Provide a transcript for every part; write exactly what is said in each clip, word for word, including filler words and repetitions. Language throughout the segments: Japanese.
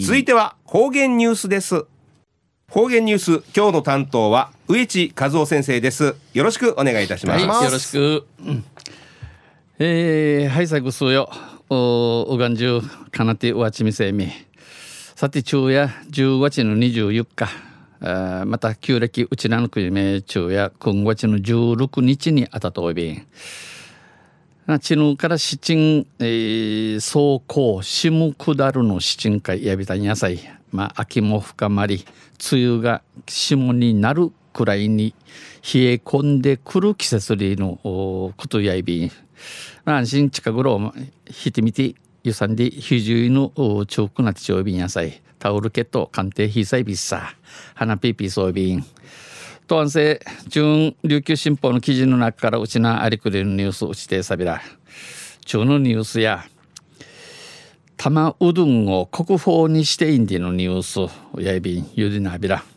続いては方言ニュースです。方言ニュース、今日の担当は植地和夫先生です。よろしくお願いいたします。 はい、よろしく、うん、えー、はい、最後数よおがんじゅうかなてうわちみせみさて昼夜じゅうがつのにじゅうよっか、あまた旧暦うちなのくじめ昼夜くんがつのじゅうろくにちにあたとおびんちぬから七鎮、えー、走行しむくだるの七鎮会やびたに野菜、まあ、秋も深まり梅雨が霜になるくらいに冷え込んでくる季節りのことやいびん、まあ、安心近ぐろひてみてゆさんでひじゅいのちょうくなってちょうびん野菜タオルケット鑑定ひさいびっさ花ピーピーそうびんと安政中琉球新報の記事の中からうちなありくれるニュースうちてさびら中のニュースや玉うどんを国宝にしていんでのニュースやいびんゆりなびら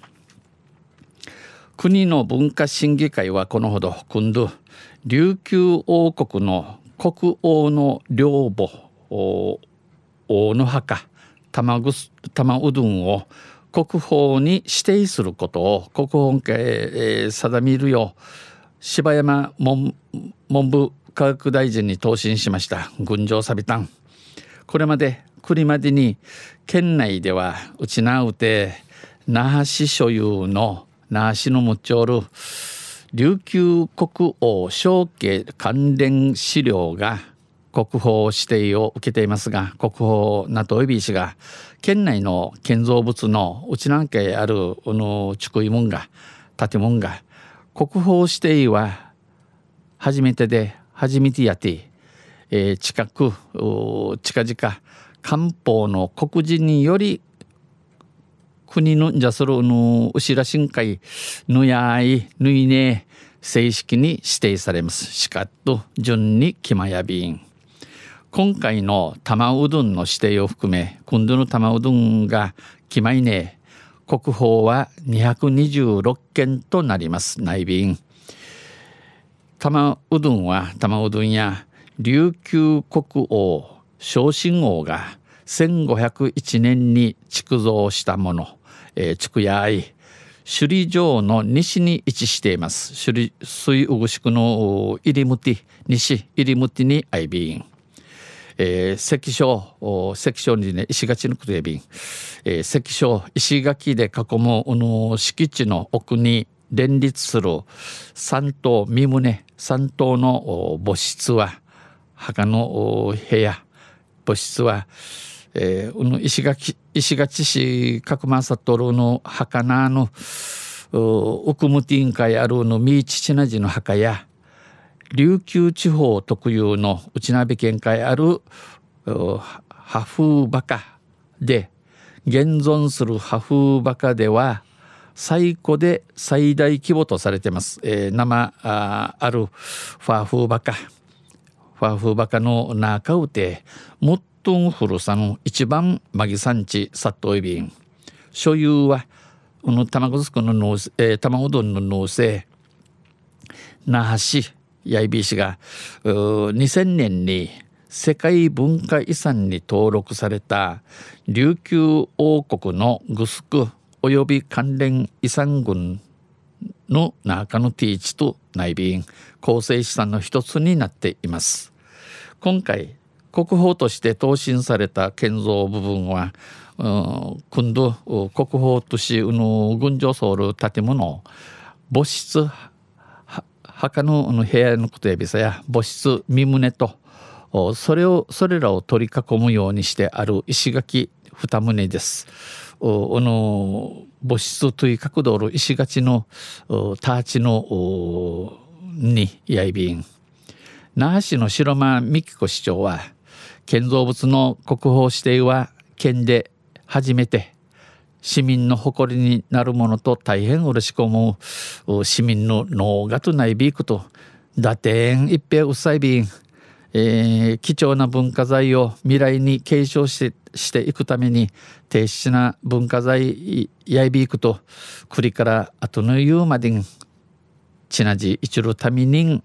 国の文化審議会はこのほど今度琉球王国の国王の陵墓王の墓玉ぐす玉うどんを国宝に指定することを国本家へ、えー、定めるよう柴山 文, 文部科学大臣に答申しました。群青サビタンこれまでくりまでに県内ではうちなうて那覇市所有の那覇市の持ちおる琉球国王承継関連資料が国宝指定を受けていますが、国宝なといびいしが県内の建造物のうちなんけあるあの築いもんが建物が国宝指定は初めてで初めてやって、えー、近く近々官報の告示により国のじゃそろのうしらしんかいぬやいぬいね正式に指定されます。しかっと順に決まやびん今回の玉うどんの指定を含め今度の玉うどんが決まいね国宝はにひゃくにじゅうろっけんとなります内便玉うどんは玉うどんや琉球国王昇進王がせんごひゃくいちねんに築造したもの、えー、築やい首里城の西に位置しています首里水うぐしくの入りむて西入りむてにあいびんえー、石章石章にね石垣のくとやびん、えー、石章石垣で囲むの敷地の奥に連立する三棟三棟三棟の墓室は墓の部屋墓室は、えー、石垣石垣市角間里の墓なの奥むて委員会あるの三父なじの墓や琉球地方特有の内鍋県会ある破風墓で現存する破風墓では最古で最大規模とされています、えー、生 あ, あるファー風墓ファー風墓の中うてもっと古さの一番マギ産地サットイビン所有はこの卵すくの農、えー、卵丼の農政那覇市やいびいしがにせんねんに世界文化遺産に登録された琉球王国のグスクおよび関連遺産群の中のティーチと内便構成資産の一つになっています。今回国宝として答申された建造部分は今度国宝としの群青ソウル建物墓室墓の部屋のことやびさや墓室三棟とそれをそれらを取り囲むようにしてある石垣二棟です。おの墓室という角度の石垣のターチのにやいびん那覇市の白間美紀子市長は建造物の国宝指定は県で初めて市民の誇りになるものと大変嬉しく思う市民の脳がとないびくと打点一平うっさいびん、えー、貴重な文化財を未来に継承してしていくために低質な文化財やいびくと栗から後の言うまでんちなじ一るために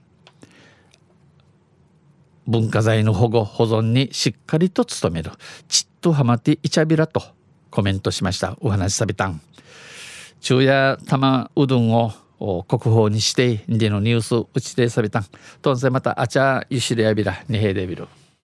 文化財の保護保存にしっかりと努めるちっとはまっていちゃびらとコメントしました。お話しさびたん昼夜玉うどんを国宝にしてでのニュースうちでさびたんとんせまたあちゃゆしれやびらにへいでびる